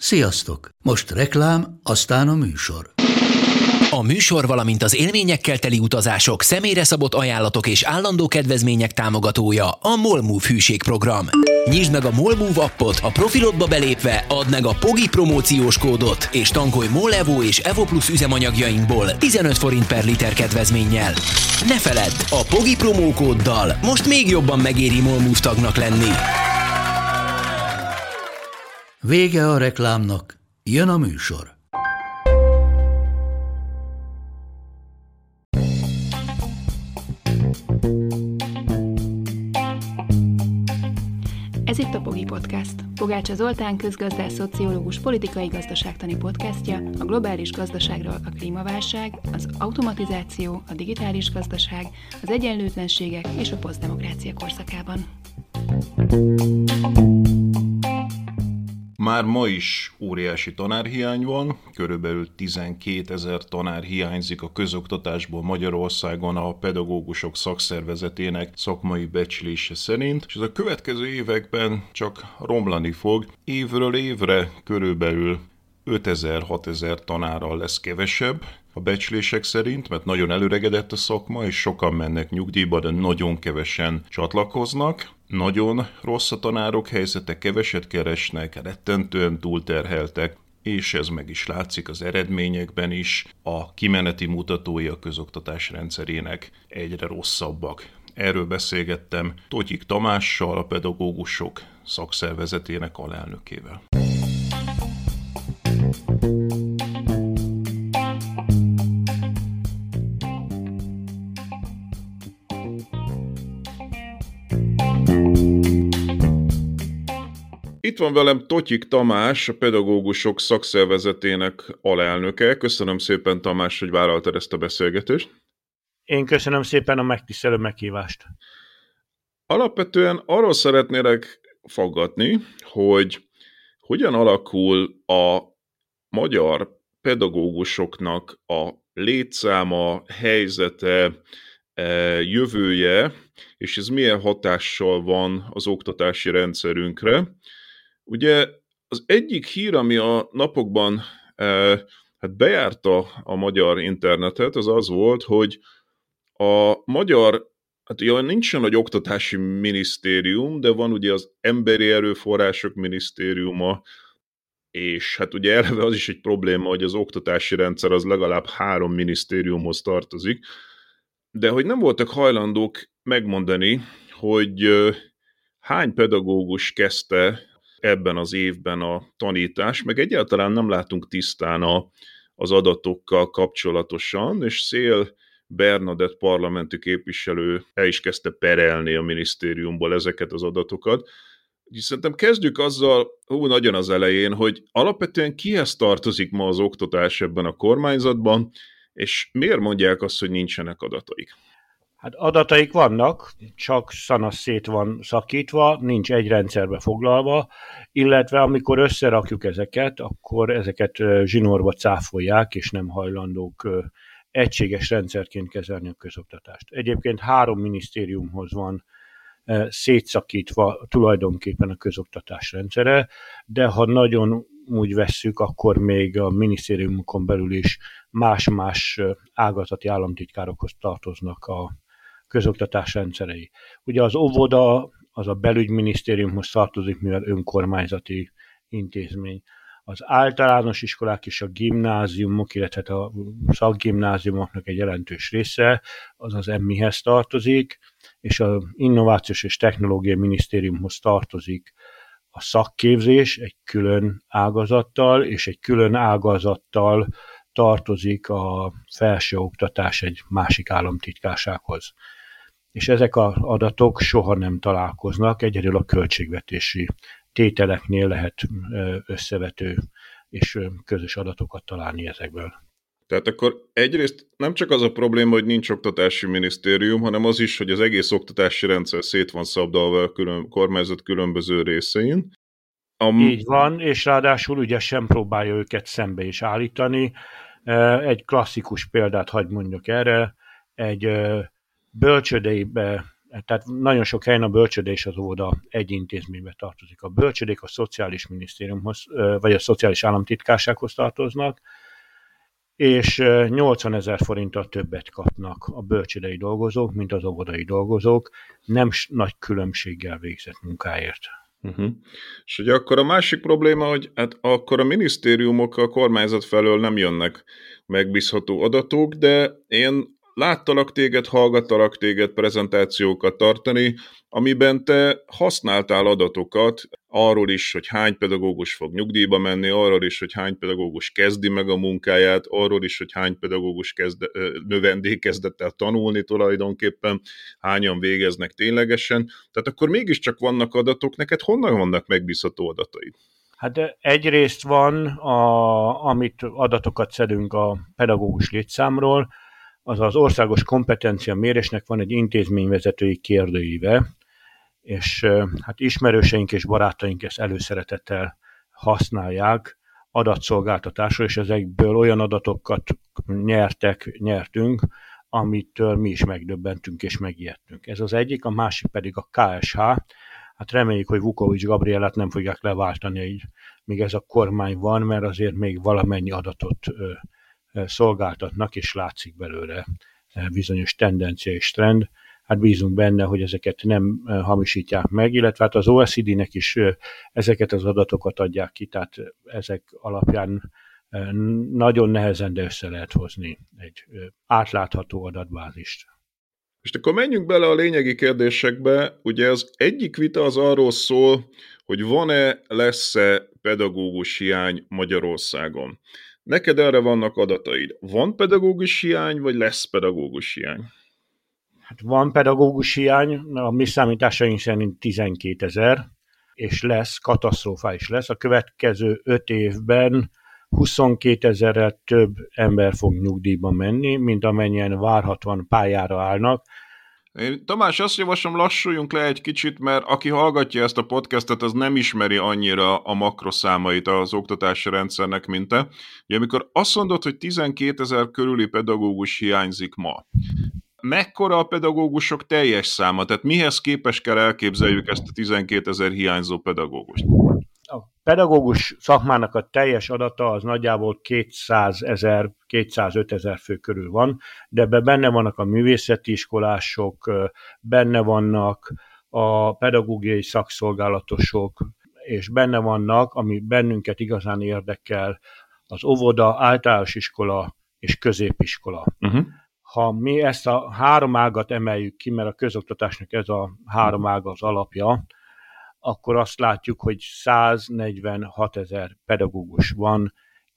Sziasztok! Most reklám, aztán a műsor. A műsor, valamint az élményekkel teli utazások, személyre szabott ajánlatok és állandó kedvezmények támogatója a MOL Move hűségprogram. Nyisd meg a MOL Move appot, a profilodba belépve add meg a POGI promóciós kódot, és tankolj MOL Evo és Evo Plus üzemanyagjainkból 15 forint per liter kedvezménnyel. Ne feledd, a POGI promókóddal most még jobban megéri MOL Move tagnak lenni. Vége a reklámnak, jön a műsor. Ez itt a POGI Podcast. Pogácsa Zoltán közgazdász, szociológus, politikai gazdaságtani podcastja a globális gazdaságról, a klímaválság, az automatizáció, a digitális gazdaság, az egyenlőtlenségek és a posztdemokrácia korszakában. Már ma is óriási tanárhiány van, körülbelül 12 000 tanár hiányzik a közoktatásból Magyarországon a pedagógusok szakszervezetének szakmai becslése szerint, és ez a következő években csak romlani fog. Évről évre körülbelül 5000-6000 tanárral lesz kevesebb a becslések szerint, mert nagyon előregedett a szakma, és sokan mennek nyugdíjba, de nagyon kevesen csatlakoznak. Nagyon rossz a tanárok helyzete, keveset keresnek, rettentően túlterheltek, és ez meg is látszik az eredményekben is. A kimeneti mutatói a közoktatás rendszerének egyre rosszabbak. Erről beszélgettem Totyik Tamással, a pedagógusok szakszervezetének alelnökével. Itt van velem Totyik Tamás, a pedagógusok szakszervezetének alelnöke. Köszönöm szépen, Tamás, hogy vállaltad ezt a beszélgetést. Én köszönöm szépen a megtisztelő meghívást. Alapvetően arról szeretnélek faggatni, hogy hogyan alakul a magyar pedagógusoknak a létszáma, helyzete, jövője, és ez milyen hatással van az oktatási rendszerünkre. Ugye az egyik hír, ami a napokban bejárta a magyar internetet, az az volt, hogy a magyar, nincsen nagy oktatási minisztérium, de van ugye az Emberi Erőforrások Minisztériuma, és hát ugye eleve az is egy probléma, hogy az oktatási rendszer az legalább 3 minisztériumhoz tartozik, de hogy nem voltak hajlandók megmondani, hogy hány pedagógus kezdte ebben az évben a tanítást, meg egyáltalán nem látunk tisztán az adatokkal kapcsolatosan, és Szél Bernadett parlamenti képviselő el is kezdte perelni a minisztériumból ezeket az adatokat. Úgyhogy szerintem kezdjük azzal, nagyon az elején, hogy alapvetően kihez tartozik ma az oktatás ebben a kormányzatban, és miért mondják azt, hogy nincsenek adataik? Hát adataik vannak, csak szanasz szét van szakítva, nincs egy rendszerbe foglalva, illetve amikor összerakjuk ezeket, akkor ezeket zsinórba cáfolják, és nem hajlandók egységes rendszerként kezelni a közoktatást. Egyébként 3 minisztériumhoz van szétszakítva tulajdonképpen a közoktatás rendszere, de ha nagyon úgy vesszük, akkor még a minisztériumokon belül is más-más ágazati államtitkárokhoz tartoznak a közoktatás rendszerei. Ugye az óvoda az a belügyminisztériumhoz tartozik, mivel önkormányzati intézmény. Az általános iskolák és a gimnáziumok, illetve a szakgimnáziumoknak egy jelentős része az az EMMI-hez tartozik, és az Innovációs és Technológiai Minisztériumhoz tartozik a szakképzés egy külön ágazattal, és egy külön ágazattal tartozik a felsőoktatás egy másik államtitkársághoz. És ezek az adatok soha nem találkoznak, egyedül a költségvetési tételeknél lehet összevető és közös adatokat találni ezekből. Tehát akkor egyrészt nem csak az a probléma, hogy nincs oktatási minisztérium, hanem az is, hogy az egész oktatási rendszer szét van szabdalva a kormányzat különböző részein. Így van, és ráadásul ügyesen próbálja őket szembe is állítani. Egy klasszikus példát hadd mondjak erre, egy bölcsődeibe Tehát nagyon sok helyen a bölcsőde és az óvoda egy intézménybe tartozik. A bölcsődék a Szociális Minisztériumhoz, vagy a Szociális Államtitkársághoz tartoznak, és 80 000 forinttal többet kapnak a bölcsődei dolgozók, mint az óvodai dolgozók, nem nagy különbséggel végzett munkáért. És ugye akkor a másik probléma, hogy hát akkor a minisztériumok a kormányzat felől nem jönnek megbízható adatok, de én láttalak téged, hallgattalak téged prezentációkat tartani, amiben te használtál adatokat arról is, hogy hány pedagógus fog nyugdíjba menni, arról is, hogy hány pedagógus kezdi meg a munkáját, arról is, hogy hány pedagógus növendék kezdett el tanulni tulajdonképpen, hányan végeznek ténylegesen. Tehát akkor mégiscsak vannak adatok, neked honnan vannak megbízható adataid? Hát egyrészt van, amit adatokat szedünk a pedagógus létszámról, az országos kompetencia mérésnek van egy intézményvezetői kérdőíve, és hát ismerőseink és barátaink ezt előszeretettel használják adatszolgáltatásról, és ezekből olyan adatokat nyertünk, amitől mi is megdöbbentünk és megijedtünk. Ez az egyik, a másik pedig a KSH. Hát reméljük, hogy Vukovics Gabrielát nem fogják leváltani, így, míg ez a kormány van, mert azért még valamennyi adatot szolgáltatnak, és látszik belőle bizonyos tendencia és trend. Hát bízunk benne, hogy ezeket nem hamisítják meg, illetve hát az OECD-nek is ezeket az adatokat adják ki, tehát ezek alapján nagyon nehezen, de össze lehet hozni egy átlátható adatbázist. És akkor menjünk bele a lényegi kérdésekbe. Ugye az egyik vita az arról szól, hogy van-e, lesz-e pedagógus hiány Magyarországon. Neked erre vannak adataid. Van pedagógus hiány, vagy lesz pedagógus hiány? Hát van pedagógus hiány, a mi számításaink szerint 12 000, és lesz, katasztrofális lesz. A következő 5 évben 22 000-rel több ember fog nyugdíjba menni, mint amennyien várhatóan pályára állnak. Tamás, azt javaslom, lassuljunk le egy kicsit, mert aki hallgatja ezt a podcastet, az nem ismeri annyira a makroszámait az oktatási rendszernek, mint te. Ugye, amikor azt mondod, hogy 12 000 körüli pedagógus hiányzik ma, mekkora a pedagógusok teljes száma? Tehát mihez képes kell elképzeljük ezt a 12 000 hiányzó pedagógust? A pedagógus szakmának a teljes adata az nagyjából 200 000, 205 000 fő körül van, de ebben benne vannak a művészeti iskolások, benne vannak a pedagógiai szakszolgálatosok, és benne vannak, ami bennünket igazán érdekel, az óvoda, általános iskola és középiskola. Ha mi ezt a 3 ágat emeljük ki, mert a közoktatásnak ez a 3 ága az alapja, akkor azt látjuk, hogy 146 000 pedagógus van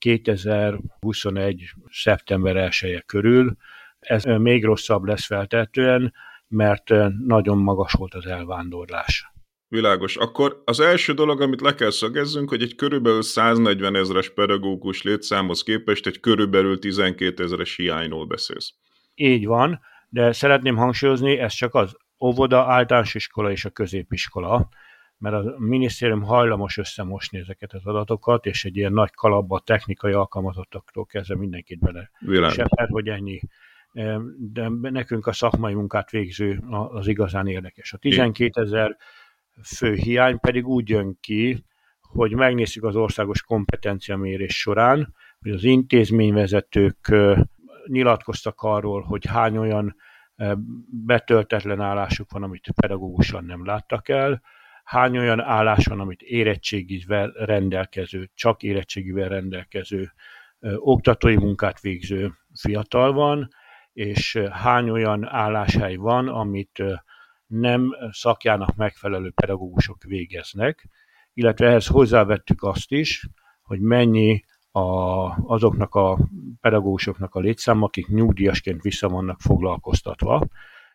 2021. szeptember 1-e körül. Ez még rosszabb lesz feltehetően, mert nagyon magas volt az elvándorlás. Világos. Akkor az első dolog, amit le kell szögezzünk, hogy egy körülbelül 140 000-es pedagógus létszámhoz képest egy körülbelül 12 000-es hiányról beszélsz. Így van, de szeretném hangsúlyozni, ez csak az óvoda, általános iskola és a középiskola, mert a minisztérium hajlamos összemosni ezeket az adatokat, és egy ilyen nagy kalapba technikai alkalmazottaktól kezdve mindenkit bele seper, hogy ennyi. De nekünk a szakmai munkát végző az igazán érdekes. A 12 000 fő hiány pedig úgy jön ki, hogy megnézzük az országos kompetenciamérés során, hogy az intézményvezetők nyilatkoztak arról, hogy hány olyan betöltetlen állásuk van, amit pedagógusan nem láttak el, hány olyan állás van, amit érettségivel rendelkező, csak érettségivel rendelkező oktatói munkát végző fiatal van, és hány olyan álláshely van, amit nem szakjának megfelelő pedagógusok végeznek, illetve ehhez hozzávettük azt is, hogy mennyi azoknak a pedagógusoknak a létszáma, akik nyugdíjasként vissza vannak foglalkoztatva.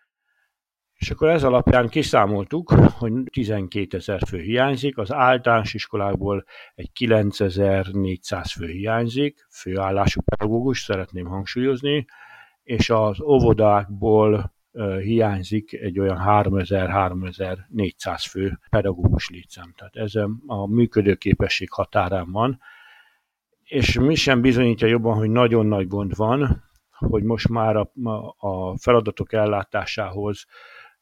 És akkor ez alapján kiszámoltuk, hogy 12 000 fő hiányzik, az általános iskolákból egy 9400 fő hiányzik, főállású pedagógus, szeretném hangsúlyozni, és az óvodákból hiányzik egy olyan 3000-3400 fő pedagógus létszám. Tehát ez a működőképesség határán van, és mi sem bizonyítja jobban, hogy nagyon nagy gond van, hogy most már a feladatok ellátásához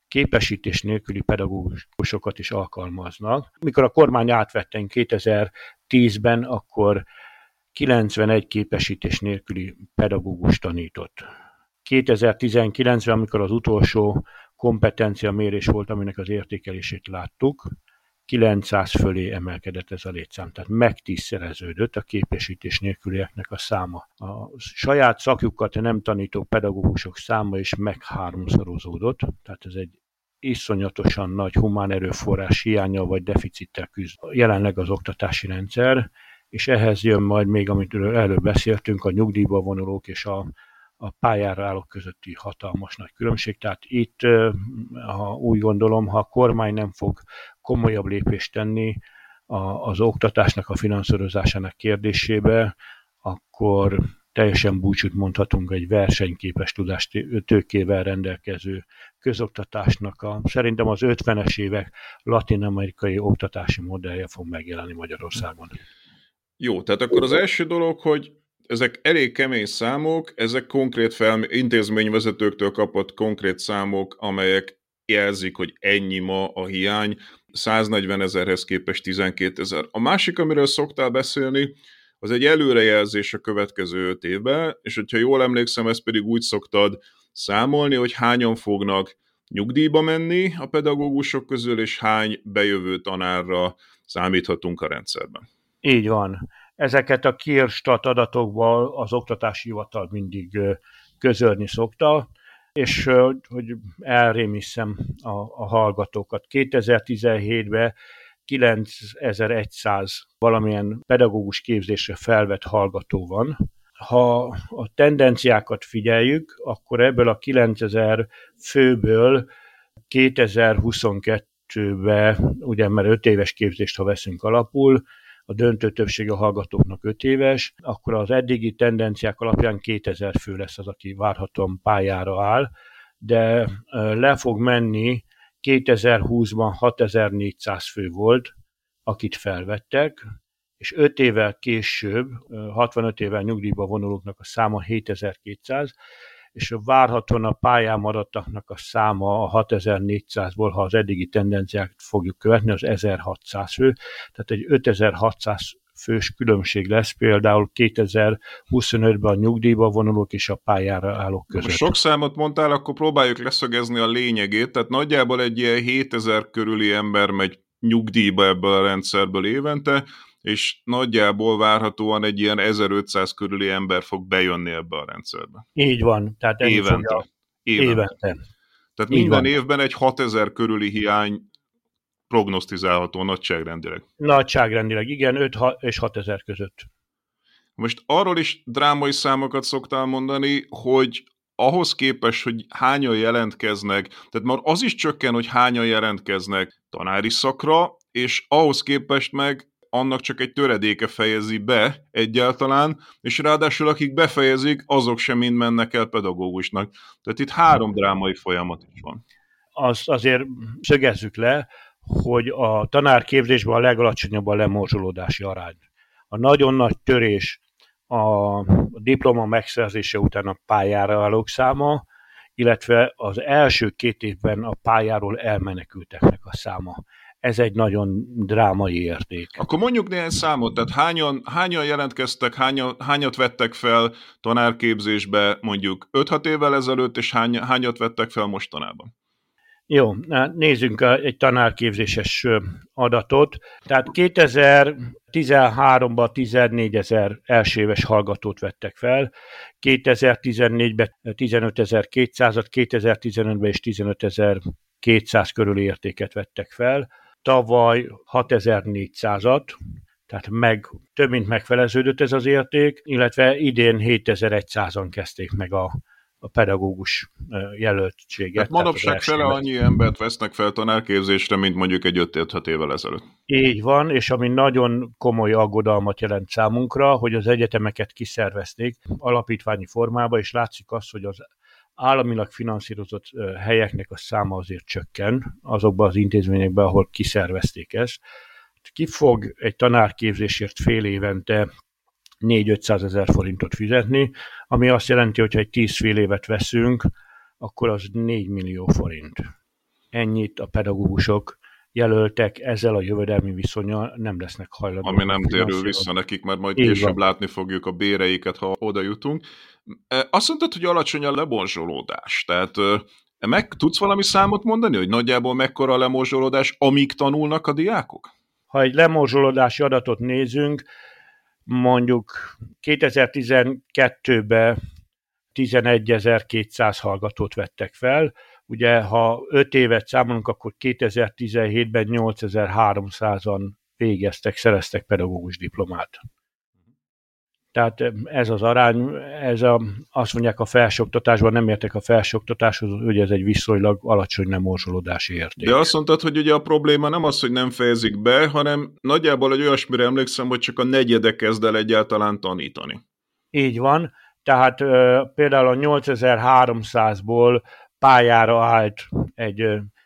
képesítés nélküli pedagógusokat is alkalmaznak. Mikor a kormány átvette 2010-ben, akkor 91 képesítés nélküli pedagógus tanított. 2019-ben, amikor az utolsó kompetencia mérés volt, aminek az értékelését láttuk, 900 fölé emelkedett ez a létszám, tehát megtízszereződött a képesítés nélkülieknek a száma. A saját szakjukat nem tanító pedagógusok száma is megháromszorozódott, tehát ez egy iszonyatosan nagy humán erőforrás hiánnyal vagy deficittel küzd jelenleg az oktatási rendszer, és ehhez jön majd még, amit előbb beszéltünk, a nyugdíjba vonulók és a pályára állók közötti hatalmas nagy különbség. Tehát itt úgy gondolom, ha a kormány nem fog komolyabb lépést tenni az oktatásnak a finanszírozásának kérdésébe, akkor teljesen búcsút mondhatunk egy versenyképes tudástőkével rendelkező közoktatásnak. Szerintem az 50-es évek latin-amerikai oktatási modellje fog megjelenni Magyarországon. Jó, tehát akkor az első dolog, hogy ezek elég kemény számok, ezek konkrét intézményvezetőktől kapott konkrét számok, amelyek jelzik, hogy ennyi ma a hiány, 140 000-hez képest 12 000. A másik, amiről szoktál beszélni, az egy előrejelzés a következő 5 évben, és hogyha jól emlékszem, ezt pedig úgy szoktad számolni, hogy hányan fognak nyugdíjba menni a pedagógusok közül, és hány bejövő tanárra számíthatunk a rendszerben. Így van. Ezeket a Kirstat adatokban az Oktatási Hivatal mindig közölni szokta, és hogy elrémisszem a hallgatókat. 2017-ben 9100 valamilyen pedagógus képzésre felvett hallgató van. Ha a tendenciákat figyeljük, akkor ebből a 9000 főből 2022-ben, ugye mert 5 éves képzést, ha veszünk alapul, a döntő többsége a hallgatóknak 5 éves, akkor az eddigi tendenciák alapján 2000 fő lesz az, aki várhatóan pályára áll, de le fog menni, 2020-ban 6400 fő volt, akit felvettek, és 5 évvel később, 65 évvel nyugdíjba vonulóknak a száma 7200, és várhatóan a pályán maradtaknak a száma a 6400-ból, ha az eddigi tendenciát fogjuk követni, az 1600 fő, tehát egy 5600 fős különbség lesz például 2025-ben a nyugdíjba vonulók és a pályára állók között. Sok számot mondtál, akkor próbáljuk leszögezni a lényegét, tehát nagyjából egy ilyen 7000 körüli ember megy nyugdíjba ebből a rendszerből évente, és nagyjából várhatóan egy ilyen 1500 körüli ember fog bejönni ebbe a rendszerbe. Így van. Tehát évente. Tehát minden évben egy 6000 körüli hiány prognosztizálható nagyságrendileg. Nagyságrendileg, igen, 5 és 6000 között. Most arról is drámai számokat szoktál mondani, hogy ahhoz képest, hogy hányan jelentkeznek, tehát már az is csökken, hogy hányan jelentkeznek tanári szakra, és ahhoz képest meg annak csak egy töredéke fejezi be egyáltalán, és ráadásul akik befejezik, azok sem mind mennek el pedagógusnak. Tehát itt 3 drámai folyamat is van. Azt azért szögezzük le, hogy a tanárképzésben a legalacsonyabb a lemorzsolódási arány. A nagyon nagy törés a diploma megszerzése után a pályára állók száma, illetve az első 2 évben a pályáról elmenekülteknek a száma. Ez egy nagyon drámai érték. Akkor mondjuk néhány számot, tehát hányan jelentkeztek, hányat vettek fel tanárképzésbe mondjuk 5-6 évvel ezelőtt, és hányat vettek fel mostanában? Jó, nézzünk egy tanárképzéses adatot. Tehát 2013-ban 14 000 elsőéves hallgatót vettek fel, 2014-ben 15 200-at, 2015-ben és 15 200 körüli értéket vettek fel, tavaly 6400-at, tehát több mint megfeleződött ez az érték, illetve idén 7100-an kezdték meg a pedagógus jelöltséget. Tehát manapság fele annyi embert vesznek fel tanárképzésre, mint mondjuk egy 5-6 évvel ezelőtt. Így van, és ami nagyon komoly aggodalmat jelent számunkra, hogy az egyetemeket kiszervezték alapítványi formába, és látszik az, hogy az államilag finanszírozott helyeknek a száma azért csökken azokban az intézményekben, ahol kiszervezték ezt. Ki fog egy tanárképzésért fél évente 400-500 000 forintot fizetni, ami azt jelenti, hogy ha egy 10 fél évet veszünk, akkor az 4 millió forint. ennyit a pedagógusok jelöltek ezzel a jövedelmi viszonnyal nem lesznek hajlandók. Ami nem térül vissza nekik, mert majd később látni fogjuk a béreiket, ha oda jutunk. Azt mondtad, hogy alacsony a lemorzsolódás. Tehát meg tudsz valami számot mondani, hogy nagyjából mekkora a lemorzsolódás, amíg tanulnak a diákok? Ha egy lemorzsolódási adatot nézünk, mondjuk 2012-ben 11.200 hallgatót vettek fel, ugye ha 5 évet számolunk, akkor 2017-ben 8.300-an szereztek pedagógus diplomát. Tehát ez az arány, azt mondják a felsőoktatásban, nem értek a felsőoktatáshoz, hogy ez egy viszonylag alacsony lemorzsolódási érték. De azt mondtad, hogy ugye a probléma nem az, hogy nem fejezik be, hanem nagyjából egy olyasmire emlékszem, hogy csak a negyede kezd el egyáltalán tanítani. Így van, tehát például a 8.300-ból pályára állt egy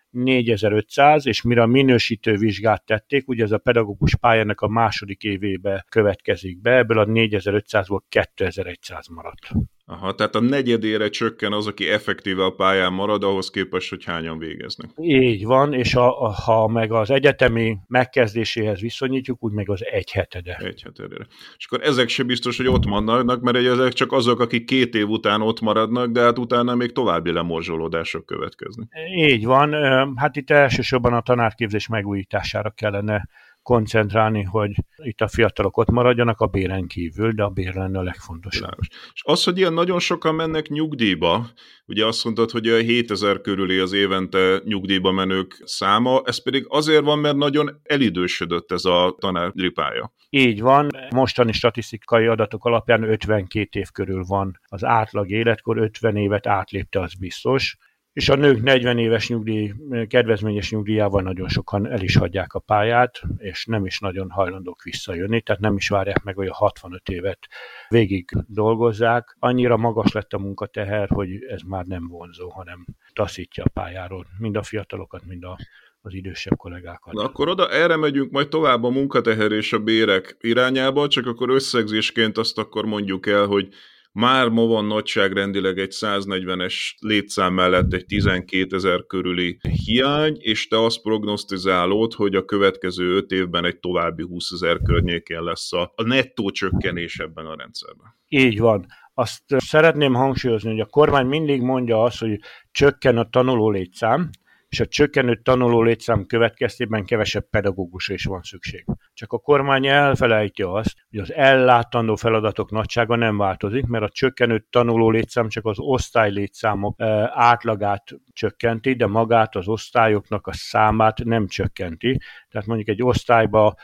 4.500, és mire a minősítő vizsgát tették, ugye ez a pedagógus pályának a második évébe következik be, ebből a 4.500-ból 2.100 maradt. Aha, tehát a negyedére csökken az, aki effektíve a pályán marad, ahhoz képest, hogy hányan végeznek. Így van, és ha meg az egyetemi megkezdéséhez viszonyítjuk, úgy meg az 1/7. 1/7. És akkor ezek se biztos, hogy ott maradnak, mert ezek csak azok, akik 2 év után ott maradnak, de hát utána még további lemorzsolódások következnek. Így van, hát itt elsősorban a tanárképzés megújítására kellene koncentrálni, hogy itt a fiatalok ott maradjanak a béren kívül, de a bér lenne a legfontosabb. Lágos. És az, hogy ilyen nagyon sokan mennek nyugdíjba, ugye azt mondtad, hogy a 7000 körüli az évente nyugdíjba menők száma, ez pedig azért van, mert nagyon elidősödött ez a tanári pálya. Így van, mostani statisztikai adatok alapján 52 év körül van az átlag életkor, 50 évet átlépte, az biztos. És a nők 40 éves nyugdíj, kedvezményes nyugdíjával nagyon sokan el is hagyják a pályát, és nem is nagyon hajlandók visszajönni, tehát nem is várják meg, hogy a 65 évet végig dolgozzák. Annyira magas lett a munkateher, hogy ez már nem vonzó, hanem taszítja a pályáról mind a fiatalokat, mind az idősebb kollégákat. Na akkor erre megyünk majd tovább a munkateher és a bérek irányába, csak akkor összegzésként azt akkor mondjuk el, hogy már ma van nagyságrendileg egy 140-es létszám mellett egy 12 000 körüli hiány, és te azt prognosztizálod, hogy a következő 5 évben egy további 20 000 környékén lesz a nettó csökkenés ebben a rendszerben. Így van. Azt szeretném hangsúlyozni, hogy a kormány mindig mondja azt, hogy csökken a tanuló létszám, és a csökkenő tanuló létszám következtében kevesebb pedagógusra is van szükség. Csak a kormány elfelejti azt, hogy az ellátandó feladatok nagysága nem változik, mert a csökkenő tanuló létszám csak az osztály létszámok átlagát csökkenti, de magát az osztályoknak a számát nem csökkenti. Tehát mondjuk egy osztályban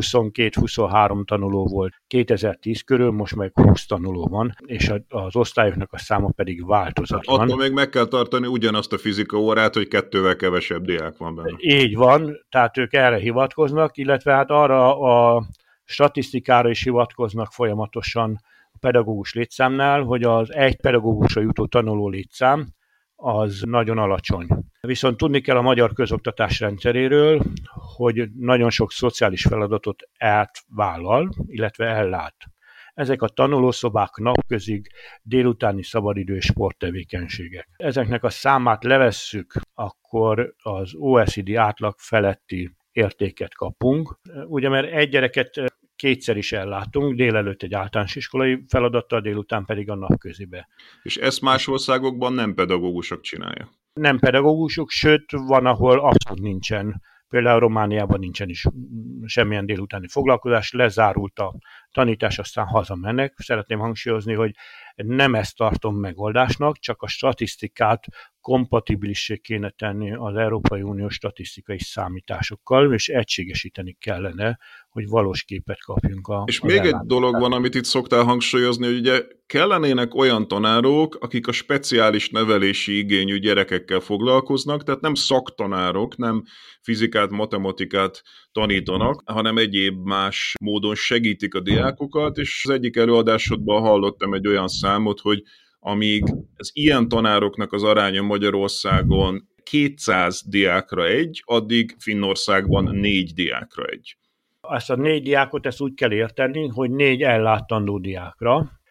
22-23 tanuló volt 2010 körül, most meg 20 tanuló van, és az osztályoknak a száma pedig változatlan. Attól még meg kell tartani ugyanazt a fizika órát, hogy 2-vel kevesebb diák van benne. Így van, tehát ők erre hivatkoznak, illetve hát arra a statisztikára is hivatkoznak folyamatosan a pedagógus létszámnál, hogy az egy pedagógusra jutó tanuló létszám az nagyon alacsony. Viszont tudni kell a magyar közoktatás rendszeréről, hogy nagyon sok szociális feladatot átvállal, illetve ellát. Ezek a tanulószobák, napközig, délutáni szabadidő és sporttevékenységek. Ezeknek a számát levesszük, akkor az OECD átlag feletti értéket kapunk. Ugye, mert egy gyereket kétszer is ellátunk, délelőtt egy általános iskolai feladattal, délután pedig a napközibe. És ezt más országokban nem pedagógusok csinálják? Nem pedagógusok, sőt, van, ahol abszolút nincsen. Például Romániában nincsen is semmilyen délutáni foglalkozás, lezárult a tanítás, aztán hazamennek. Szeretném hangsúlyozni, hogy nem ezt tartom megoldásnak, csak a statisztikát kompatibilissé kéne tenni az Európai Unió statisztikai számításokkal, és egységesíteni kellene, hogy valós képet kapjunk És még egy dolog van, amit itt szoktál hangsúlyozni, hogy ugye kellenének olyan tanárok, akik a speciális nevelési igényű gyerekekkel foglalkoznak, tehát nem szaktanárok, nem fizikát, matematikát tanítanak, hanem egyéb más módon segítik a diákokat, és az egyik előadásodban hallottam egy olyan számot, hogy amíg az ilyen tanároknak az aránya Magyarországon 200 diákra egy, addig Finnországban 4 diákra egy. Ezt a 4 diákot ezt úgy kell érteni, hogy 4 ellátandó diákra.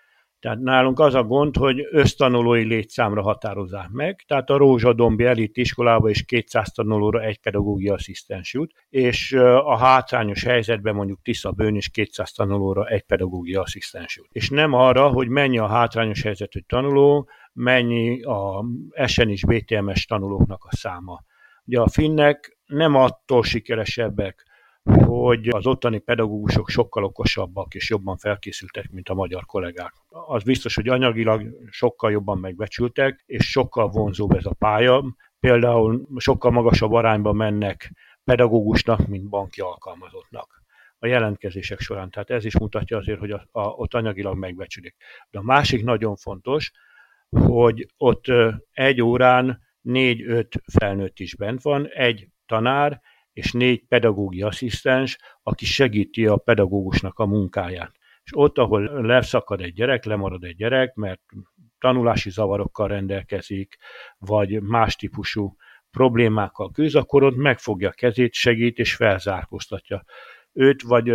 Tehát nálunk az a gond, hogy össztanulói létszámra határozzák meg, tehát a Rózsadombi elit iskolába is 200 tanulóra egy pedagógiai asszisztens jut, és a hátrányos helyzetben mondjuk Tiszabőn is 200 tanulóra egy pedagógiai asszisztens jut. És nem arra, hogy mennyi a hátrányos helyzetű tanuló, mennyi a SN és BTMS tanulóknak a száma. Ugye a finnek nem attól sikeresebbek, hogy az ottani pedagógusok sokkal okosabbak és jobban felkészültek, mint a magyar kollégák. Az biztos, hogy anyagilag sokkal jobban megbecsültek, és sokkal vonzóbb ez a pálya. Például sokkal magasabb arányban mennek pedagógusnak, mint banki alkalmazottnak a jelentkezések során. Tehát ez is mutatja azért, hogy ott anyagilag megbecsülik. De a másik nagyon fontos, hogy ott egy órán 4-5 felnőtt is bent van, egy tanár, és 4 pedagógiai asszisztens, aki segíti a pedagógusnak a munkáját. És ott, ahol leszakad egy gyerek, lemarad egy gyerek, mert tanulási zavarokkal rendelkezik, vagy más típusú problémákkal küzd, akkor ott megfogja a kezét, segít és felzárkóztatja őt, vagy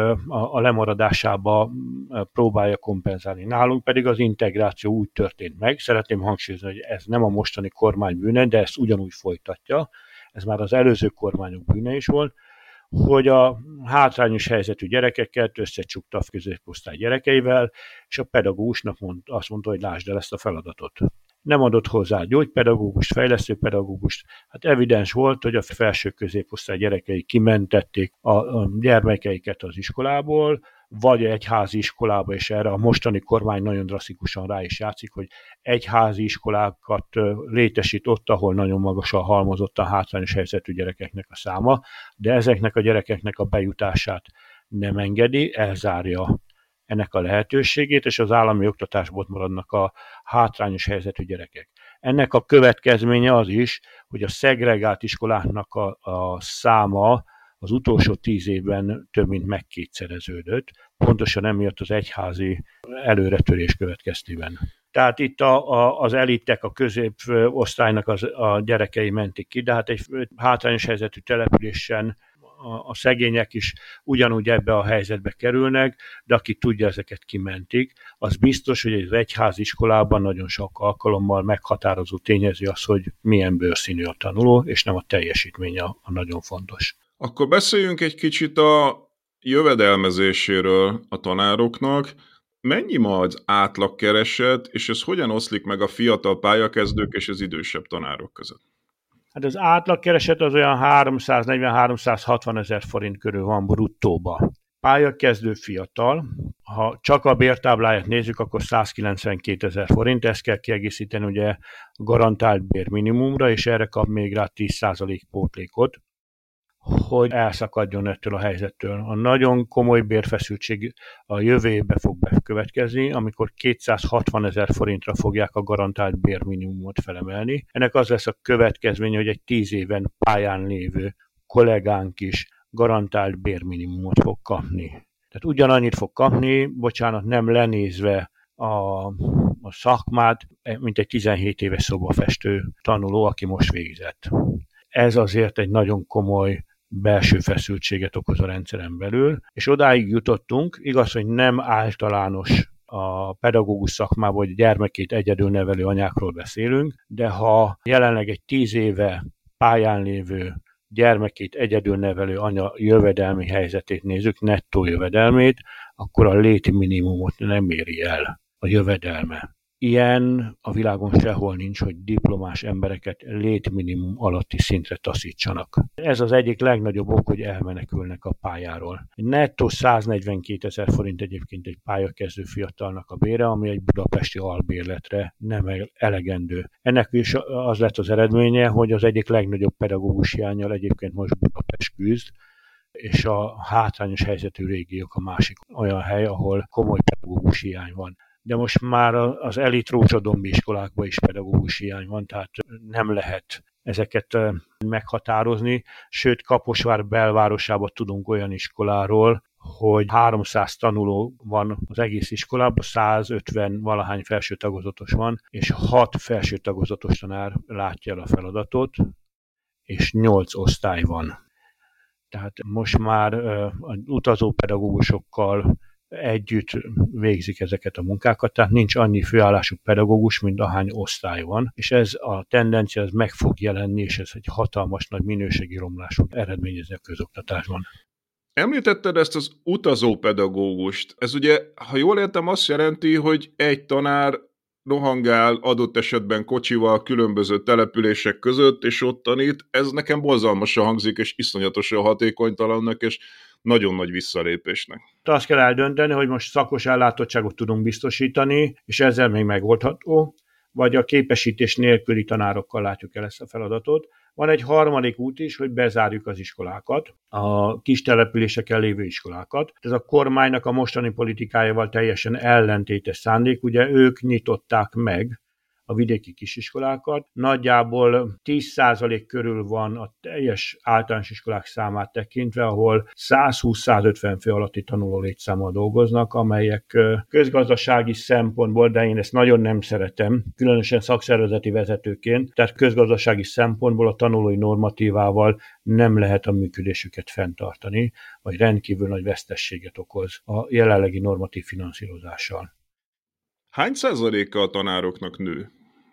a lemaradásába próbálja kompenzálni. Nálunk pedig az integráció úgy történt meg, szeretném hangsúlyozni, hogy ez nem a mostani kormány bűne, de ezt ugyanúgy folytatja, ez már az előző kormányok bűne is volt, hogy a hátrányos helyzetű gyerekeket összecsukta a középosztály gyerekeivel, és a pedagógusnak azt mondta, hogy lásd el ezt a feladatot. Nem adott hozzá gyógypedagógust, fejlesztő pedagógust. Hát evidens volt, hogy a felső középosztály gyerekei kimentették a gyermekeiket az iskolából, vagy egyházi iskolába, és erre a mostani kormány nagyon drasztikusan rá is játszik, hogy egyházi iskolákat létesít ott, ahol nagyon magasan halmozott a hátrányos helyzetű gyerekeknek a száma, de ezeknek a gyerekeknek a bejutását nem engedi, elzárja ennek a lehetőségét, és az állami oktatásból maradnak a hátrányos helyzetű gyerekek. Ennek a következménye az is, hogy a szegregált iskoláknak a száma az utolsó 10 évben több mint megkétszereződött, pontosan emiatt az egyházi előretörés következtében. Tehát itt az elitek, a középosztálynak a gyerekei mentik ki, de hát egy hátrányos helyzetű településen a szegények is ugyanúgy ebbe a helyzetbe kerülnek, de aki tudja, ezeket kimentik. Az biztos, hogy az egyházi iskolában nagyon sok alkalommal meghatározó tényező az, hogy milyen bőrszínű a tanuló, és nem a teljesítménye a nagyon fontos. Akkor beszéljünk egy kicsit a jövedelmezéséről a tanároknak. Mennyi ma az átlagkereset, és ez hogyan oszlik meg a fiatal pályakezdők és az idősebb tanárok között? Hát az átlagkereset az olyan 340-360 ezer forint körül van bruttóba. Pályakezdő fiatal, ha csak a bértábláját nézzük, akkor 192 ezer forint, ezt kell kiegészíteni ugye garantált bérminimumra, és erre kap még rá 10% pótlékot, hogy elszakadjon ettől a helyzettől. A nagyon komoly bérfeszültség a jövő évben fog bekövetkezni, amikor 260 ezer forintra fogják a garantált bérminimumot felemelni. Ennek az lesz a következménye, hogy egy 10 éven pályán lévő kollégánk is garantált bérminimumot fog kapni. Tehát ugyanannyit fog kapni, nem lenézve a szakmát, mint egy 17 éves szobafestő tanuló, aki most végzett. Ez azért egy nagyon komoly belső feszültséget okoz a rendszeren belül, és odáig jutottunk, igaz, hogy nem általános a pedagógus szakmában, hogy gyermekét egyedül nevelő anyákról beszélünk, de ha jelenleg egy 10 éve pályán lévő gyermekét egyedül nevelő anya jövedelmi helyzetét nézzük, nettó jövedelmét, akkor a létminimumot nem éri el a jövedelme. Ilyen a világon sehol nincs, hogy diplomás embereket létminimum alatti szintre taszítsanak. Ez az egyik legnagyobb ok, hogy elmenekülnek a pályáról. Nettó 142 ezer forint egyébként egy pályakezdő fiatalnak a bére, ami egy budapesti albérletre nem elegendő. Ennek is az lett az eredménye, hogy az egyik legnagyobb pedagógus hiánnyal egyébként most Budapest küzd, és a hátrányos helyzetű régiók a másik olyan hely, ahol komoly pedagógus hiány van. De most már az elit Rózsadombi iskolákban is pedagógus hiány van, tehát nem lehet ezeket meghatározni. Sőt, Kaposvár belvárosában tudunk olyan iskoláról, hogy 300 tanuló van az egész iskolában, 150 valahány felső tagozatos van, és 6 felső tagozatos tanár látja el a feladatot, és 8 osztály van. Tehát most már utazó pedagógusokkal együtt végzik ezeket a munkákat, tehát nincs annyi főállású pedagógus, mint ahány osztály van, és ez a tendencia ez meg fog jelenni, és ez egy hatalmas nagy minőségi romlás fog eredményezni a közoktatásban. Említetted ezt az utazó pedagógust. Ez ugye, ha jól értem, azt jelenti, hogy egy tanár rohangál adott esetben kocsival különböző települések között, és ott tanít. Ez nekem borzalmasan hangzik, és iszonyatosan hatékonytalannak, és nagyon nagy visszalépésnek. Azt kell eldönteni, hogy most szakos ellátottságot tudunk biztosítani, és ezzel még megoldható, vagy a képesítés nélküli tanárokkal látjuk el ezt a feladatot. Van egy harmadik út is, hogy bezárjuk az iskolákat, a kis településeken lévő iskolákat. Ez a kormánynak a mostani politikájával teljesen ellentétes szándék, ugye ők nyitották meg a vidéki kisiskolákat. Nagyjából 10% körül van a teljes általános iskolák számát tekintve, ahol 120-150 fő alatti tanuló létszámmal dolgoznak, amelyek közgazdasági szempontból, de én ezt nagyon nem szeretem, különösen szakszervezeti vezetőként, tehát közgazdasági szempontból a tanulói normatívával nem lehet a működésüket fenntartani, vagy rendkívül nagy vesztességet okoz a jelenlegi normatív finanszírozással. Hány százaléka a tanároknak nő?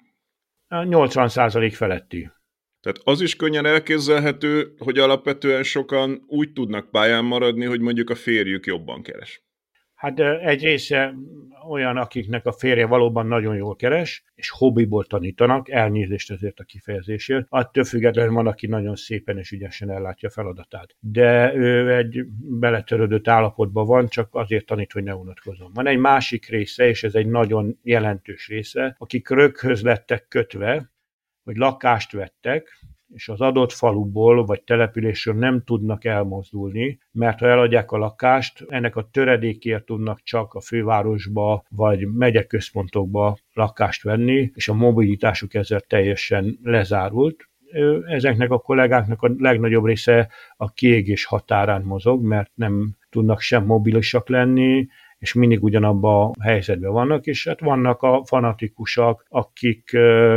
80% feletti. Tehát az is könnyen elképzelhető, hogy alapvetően sokan úgy tudnak pályán maradni, hogy mondjuk a férjük jobban keres. Hát egy része olyan, akiknek a férje valóban nagyon jól keres, és hobbiból tanítanak, elnézést ezért a kifejezésért. Attól függetlenül van, aki nagyon szépen és ügyesen ellátja a feladatát. De ő egy beletörődött állapotban van, csak azért tanít, hogy ne unatkozzon. Van egy másik része, és ez egy nagyon jelentős része, akik röghöz lettek kötve, hogy lakást vettek, és az adott faluból vagy településről nem tudnak elmozdulni, mert ha eladják a lakást, ennek a töredékért tudnak csak a fővárosba vagy megyeközpontokba lakást venni, és a mobilitásuk ezzel teljesen lezárult. Ezeknek a kollégáknak a legnagyobb része a kiégés határán mozog, mert nem tudnak sem mobilisak lenni, és mindig ugyanabban a helyzetben vannak, és hát vannak a fanatikusak, akik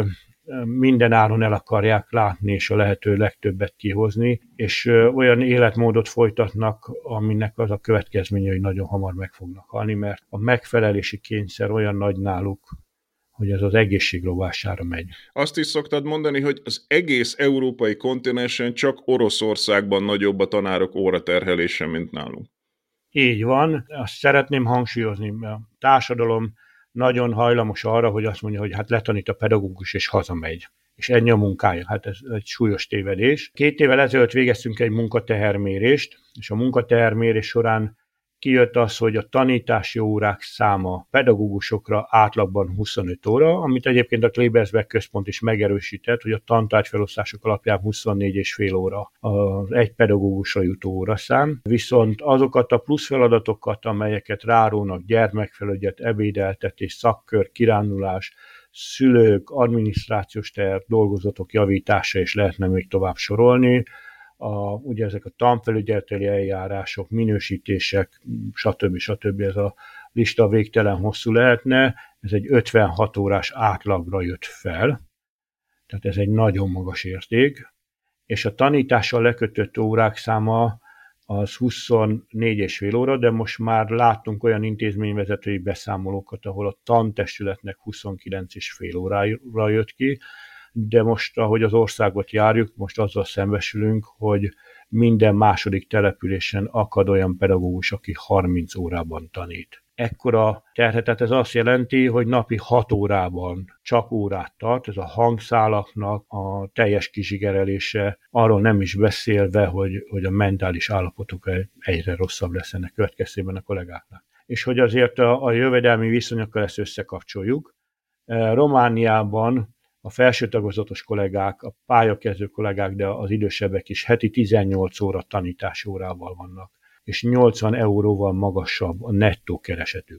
minden áron el akarják látni, és a lehető legtöbbet kihozni, és olyan életmódot folytatnak, aminek az a következménye, hogy nagyon hamar meg fognak halni, mert a megfelelési kényszer olyan nagy náluk, hogy ez az egészség rovására megy. Azt is szoktad mondani, hogy az egész európai kontinensen csak Oroszországban nagyobb a tanárok óraterhelése, mint nálunk. Így van, azt szeretném hangsúlyozni, mert a társadalom nagyon hajlamos arra, hogy azt mondja, hogy hát letanít a pedagógus és hazamegy. És ennyi a munkája. Hát ez egy súlyos tévedés. 2 évvel ezelőtt végeztünk egy munkatehermérést, és a munkatehermérés során kijött az, hogy a tanítási órák száma pedagógusokra átlagban 25 óra, amit egyébként a Klebersberg központ is megerősített, hogy a tantárgyfelosztások alapján 24,5 óra az egy pedagógusra jutó óraszám. Viszont azokat a plusz feladatokat, amelyeket rárónak, gyermekfelügyelet, ebédeltetés, szakkör, kirándulás, szülők, adminisztrációs teher, dolgozatok javítása, és lehetne még tovább sorolni, ugye ezek a tanfelügyeleti eljárások, minősítések, stb. Ez a lista végtelen hosszú lehetne, ez egy 56 órás átlagra jött fel, tehát ez egy nagyon magas érték, és a tanítással lekötött órák száma az 24,5 óra, de most már láttunk olyan intézményvezetői beszámolókat, ahol a tantestületnek 29,5 órára jött ki, de most, ahogy az országot járjuk, most azzal szembesülünk, hogy minden második településen akad olyan pedagógus, aki 30 órában tanít. Ekkora terhetet ez azt jelenti, hogy napi 6 órában csak órát tart, ez a hangszálaknak a teljes kizsigerelése, arról nem is beszélve, hogy a mentális állapotuk egyre rosszabb lesz ennek következtében a kollégáknak. És hogy azért a jövedelmi viszonyokkal ezt összekapcsoljuk. Romániában a felső tagozatos kollégák, a pályakezdő kollégák, de az idősebbek is heti 18 óra tanítási órával vannak, és 80 euróval magasabb a nettó keresetük.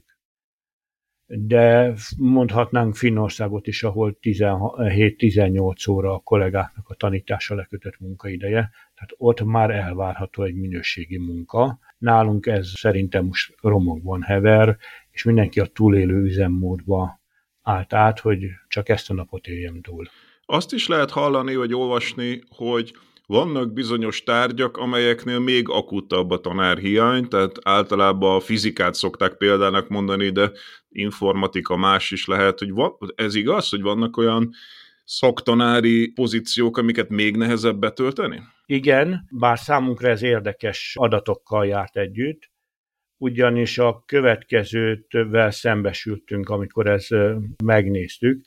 De mondhatnánk Finnországot is, ahol 17-18 óra a kollégáknak a tanításra lekötött munkaideje, tehát ott már elvárható egy minőségi munka. Nálunk ez szerintem most romokban hever, és mindenki a túlélő üzemmódba állt át, hogy csak ezt a napot éljem túl. Azt is lehet hallani, vagy olvasni, hogy vannak bizonyos tárgyak, amelyeknél még akutabb a tanárhiány, tehát általában a fizikát szokták példának mondani, de informatika más is lehet, hogy ez igaz, hogy vannak olyan szaktanári pozíciók, amiket még nehezebb betölteni? Igen, bár számunkra ez érdekes adatokkal járt együtt, ugyanis a következővel szembesültünk, amikor ezt megnéztük.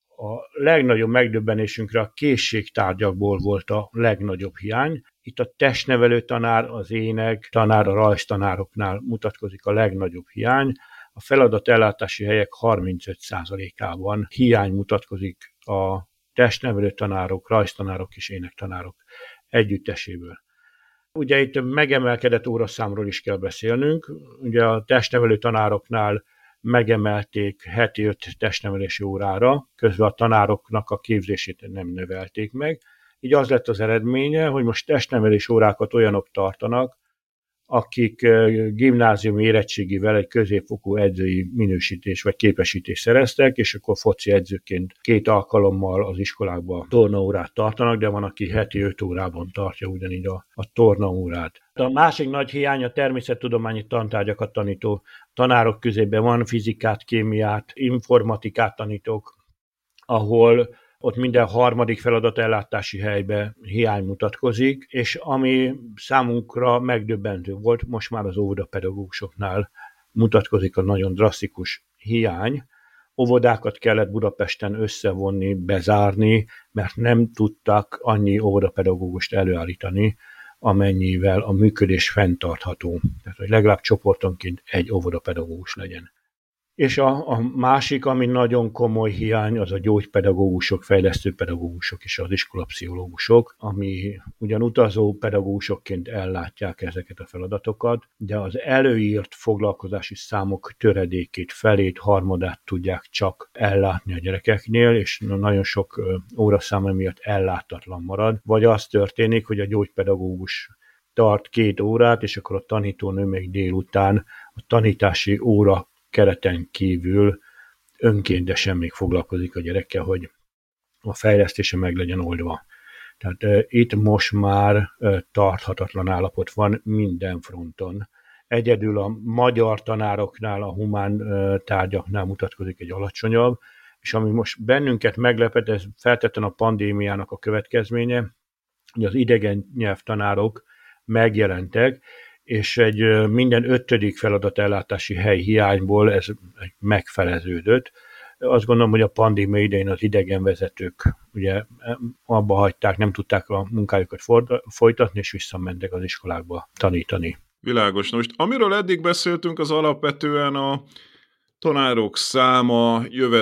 A legnagyobb megdöbbenésünkre a készségtárgyakból volt a legnagyobb hiány. Itt a testnevelő tanár, az ének tanár, a rajztanároknál mutatkozik a legnagyobb hiány. A feladatellátási helyek 35%-ában hiány mutatkozik a testnevelő tanárok, rajztanárok és énektanárok együtteséből. Ugye itt megemelkedett óraszámról is kell beszélnünk. Ugye a testnevelő tanároknál megemelték heti 5 testnevelési órára, közben a tanároknak a képzését nem növelték meg. Így az lett az eredménye, hogy most testnevelés órákat olyanok tartanak, akik gimnáziumi érettségivel egy középfokú edzői minősítés vagy képesítést szereztek, és akkor foci edzőként 2 alkalommal az iskolákban tornaórát tartanak, de van, aki heti 5 órában tartja ugyanígy a tornaórát. A másik nagy hiány a természettudományi tantárgyakat tanító tanárok közében van, fizikát, kémiát, informatikát tanítók, ahol ott minden harmadik feladatellátási helyben hiány mutatkozik, és ami számunkra megdöbbentő volt, most már az óvodapedagógusoknál mutatkozik a nagyon drasztikus hiány. Óvodákat kellett Budapesten összevonni, bezárni, mert nem tudtak annyi óvodapedagógust előállítani, amennyivel a működés fenntartható. Tehát, hogy legalább csoportonként egy óvodapedagógus legyen. És a másik, ami nagyon komoly hiány, az a gyógypedagógusok, fejlesztőpedagógusok és az iskolapszichológusok, ami ugyan utazó pedagógusokként ellátják ezeket a feladatokat, de az előírt foglalkozási számok töredékét, felét, harmadát tudják csak ellátni a gyerekeknél, és nagyon sok óraszám miatt ellátatlan marad. Vagy az történik, hogy a gyógypedagógus tart 2 órát, és akkor a tanítónő még délután a tanítási óra kereten kívül önkéntesen még foglalkozik a gyerekkel, hogy a fejlesztése meg legyen oldva. Tehát itt most már tarthatatlan állapot van minden fronton. Egyedül a magyar tanároknál, a humán tárgyaknál mutatkozik egy alacsonyabb, és ami most bennünket meglepett, ez feltétlenül a pandémiának a következménye, hogy az idegen nyelvtanárok megjelentek, és egy minden 5. feladatellátási hely hiányból ez megfeleződött. Azt gondolom, hogy a pandémia idején az idegenvezetők ugye abba hagyták, nem tudták a munkájukat folytatni, és visszamentek az iskolákba tanítani. Világos. Most amiről eddig beszéltünk, az alapvetően a tanárok száma,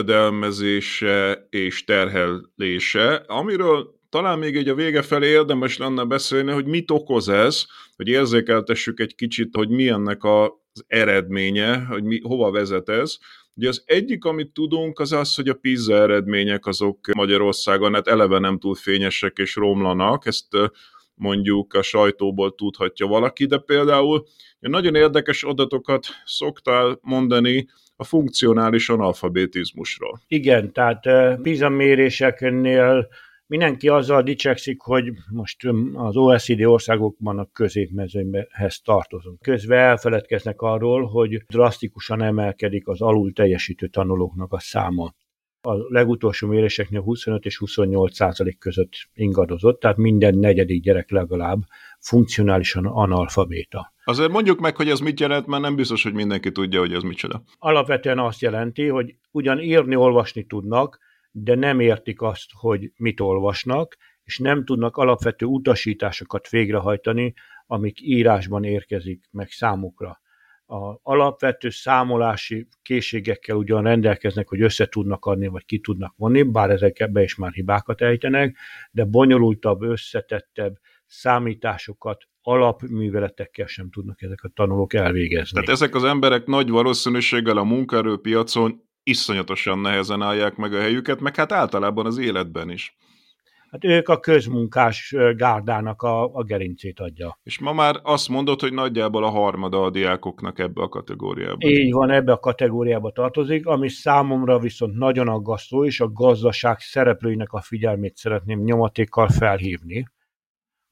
jövedelmezése és terhelése, amiről talán még egy a vége felé érdemes lenne beszélni, hogy mit okoz ez, hogy érzékeltessük egy kicsit, hogy mi ennek az eredménye, hogy hova vezet ez. Ugye az egyik, amit tudunk, az az, hogy a PISA eredmények azok Magyarországon hát eleve nem túl fényesek és romlanak, ezt mondjuk a sajtóból tudhatja valaki, de például nagyon érdekes adatokat szoktál mondani a funkcionális analfabetizmusról. Igen, tehát PISA méréseknél mindenki azzal dicsekszik, hogy most az OECD országokban a középmezőnyhez tartozunk. Közben elfeledkeznek arról, hogy drasztikusan emelkedik az alul teljesítő tanulóknak a száma. A legutolsó méréseknél 25 és 28% között ingadozott, tehát minden 4. gyerek legalább funkcionálisan analfabéta. Azért mondjuk meg, hogy ez mit jelent, mert nem biztos, hogy mindenki tudja, hogy ez micsoda. Alapvetően azt jelenti, hogy ugyan írni, olvasni tudnak, de nem értik azt, hogy mit olvasnak, és nem tudnak alapvető utasításokat végrehajtani, amik írásban érkezik meg számukra. Az alapvető számolási készségekkel ugyan rendelkeznek, hogy össze tudnak adni, vagy ki tudnak vonni, bár ezekbe is már hibákat ejtenek, de bonyolultabb, összetettebb számításokat, alapműveletekkel sem tudnak ezek a tanulók elvégezni. Tehát ezek az emberek nagy valószínűséggel a munkaerőpiacon iszonyatosan nehezen állják meg a helyüket, meg hát általában az életben is. Hát ők a közmunkás gárdának a gerincét adja. És ma már azt mondod, hogy nagyjából a harmada a diákoknak ebbe a kategóriába. Így van, ebbe a kategóriába tartozik, ami számomra viszont nagyon aggasztó, és a gazdaság szereplőinek a figyelmét szeretném nyomatékkal felhívni,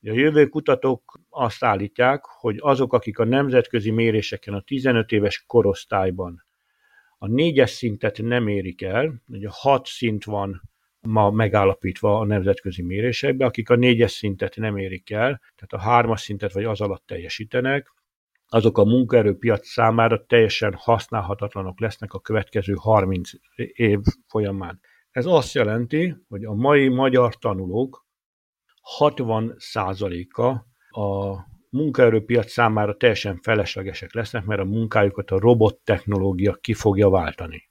A jövő kutatók azt állítják, hogy azok, akik a nemzetközi méréseken a 15 éves korosztályban a 4-es szintet nem érik el, ugye 6 szint van ma megállapítva a nemzetközi mérésekben, akik a 4-es szintet nem érik el, tehát a 3-as szintet vagy az alatt teljesítenek, azok a munkaerőpiac számára teljesen használhatatlanok lesznek a következő 30 év folyamán. Ez azt jelenti, hogy a mai magyar tanulók 60%-a a munkaerőpiac számára teljesen feleslegesek lesznek, mert a munkájukat a robottechnológia ki fogja váltani.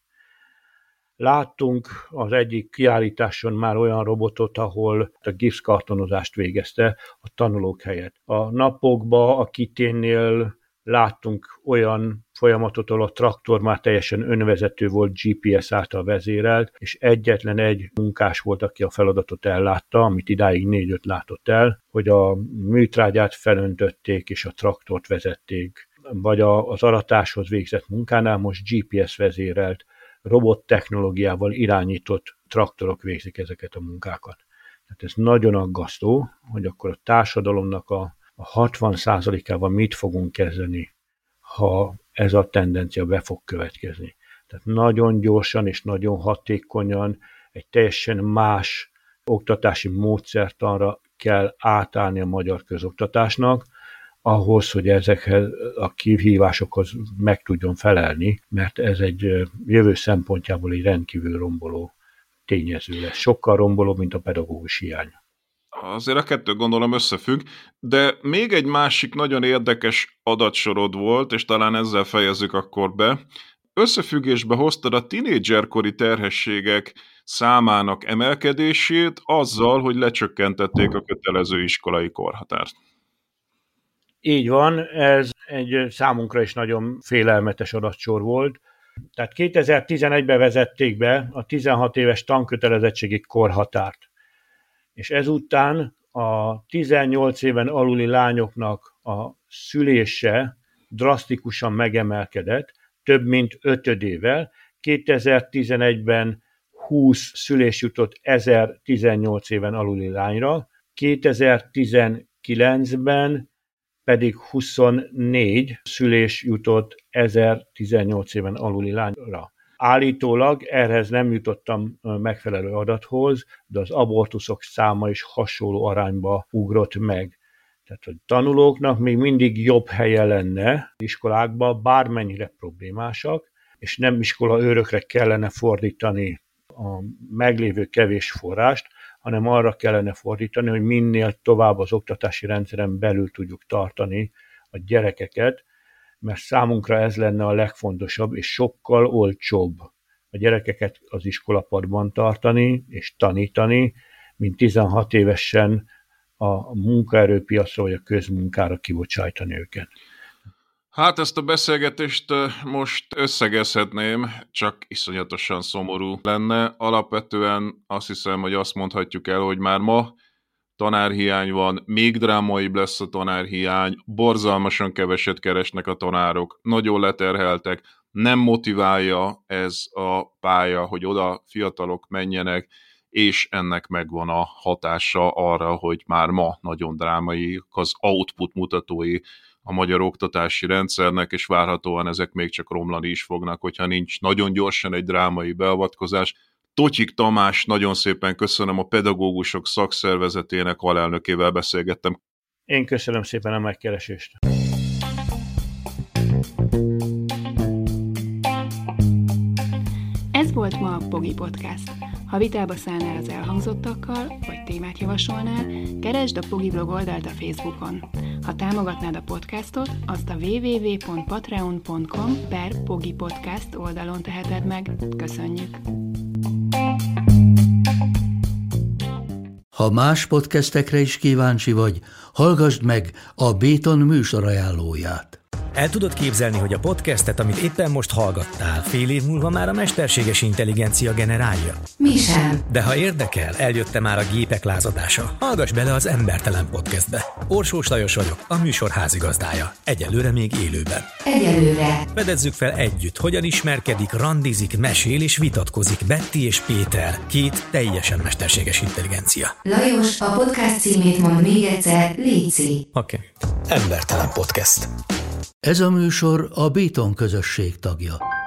Láttunk az egyik kiállításon már olyan robotot, ahol a gipszkartonozást végezte a tanulók helyett. A napokban a Kiténnél láttunk olyan folyamatot, ahol a traktor már teljesen önvezető volt, GPS által vezérelt, és egyetlen egy munkás volt, aki a feladatot ellátta, amit idáig 4-5 látott el, hogy a műtrágyát felöntötték és a traktort vezették, vagy az aratáshoz végzett munkánál most GPS vezérelt, robottechnológiával irányított traktorok végzik ezeket a munkákat. Tehát ez nagyon aggasztó, hogy akkor a társadalomnak a 60%-ával mit fogunk kezdeni, ha ez a tendencia be fog következni. Tehát nagyon gyorsan és nagyon hatékonyan egy teljesen más oktatási módszertanra kell átállni a magyar közoktatásnak, ahhoz, hogy ezekhez a kihívásokhoz meg tudjon felelni, mert ez egy jövő szempontjából egy rendkívül romboló tényező lesz. Sokkal rombolóbb, mint a pedagógus hiány. Azért a kettő gondolom összefügg, de még egy másik nagyon érdekes adatsorod volt, és talán ezzel fejezzük akkor be. Összefüggésbe hoztad a tinédzserkori terhességek számának emelkedését azzal, hogy lecsökkentették a kötelező iskolai korhatárt. Így van, ez egy számunkra is nagyon félelmetes adatsor volt. Tehát 2011-ben vezették be a 16 éves tankötelezettségi korhatárt. És ezután a 18 éven aluli lányoknak a szülése drasztikusan megemelkedett, több mint 5-ével. 2011-ben 20 szülés jutott 1018 éven aluli lányra, 2019-ben pedig 24 szülés jutott 1018 éven aluli lányra. Állítólag, ehhez nem jutottam megfelelő adathoz, de az abortuszok száma is hasonló arányba ugrott meg. Tehát a tanulóknak még mindig jobb helye lenne iskolákban, bármennyire problémásak, és nem iskolaőrökre kellene fordítani a meglévő kevés forrást, hanem arra kellene fordítani, hogy minél tovább az oktatási rendszeren belül tudjuk tartani a gyerekeket, mert számunkra ez lenne a legfontosabb, és sokkal olcsóbb a gyerekeket az iskolapadban tartani és tanítani, mint 16 évesen a munkaerőpiacra vagy a közmunkára kibocsájtani őket. Hát ezt a beszélgetést most összegezhetném, csak iszonyatosan szomorú lenne. Alapvetően azt hiszem, hogy azt mondhatjuk el, hogy már ma tanárhiány van, még drámaibb lesz a tanárhiány, borzalmasan keveset keresnek a tanárok, nagyon leterheltek, nem motiválja ez a pálya, hogy oda fiatalok menjenek, és ennek megvan a hatása arra, hogy már ma nagyon drámai az output mutatói a magyar oktatási rendszernek, és várhatóan ezek még csak romlani is fognak, hogyha nincs nagyon gyorsan egy drámai beavatkozás. Totyik Tamás, nagyon szépen köszönöm, a pedagógusok szakszervezetének alelnökével beszélgettem. Én köszönöm szépen a megkeresést. Ez volt ma a Pogi Podcast. Ha vitába szállnál az elhangzottakkal, vagy témát javasolnál, keresd a Pogi blog oldalt a Facebookon. Ha támogatnád a podcastot, azt a www.patreon.com/pogipodcast oldalon teheted meg. Köszönjük! Ha más podcastekre is kíváncsi vagy, hallgassd meg a Béton műsor ajánlóját. El tudod képzelni, hogy a podcastet, amit éppen most hallgattál, fél év múlva már a mesterséges intelligencia generálja? Mi sem. De ha érdekel, eljött már a gépek lázadása. Hallgass bele az Embertelen Podcastbe. Orsós Lajos vagyok, a műsor házigazdája. Egyelőre még élőben. Egyelőre. Fedezzük fel együtt, hogyan ismerkedik, randizik, mesél és vitatkozik Betty és Péter, két teljesen mesterséges intelligencia. Lajos, a podcast címét mondd még egyszer, léci. Oké. Embertelen Podcast. Ez a műsor a Béton közösség tagja.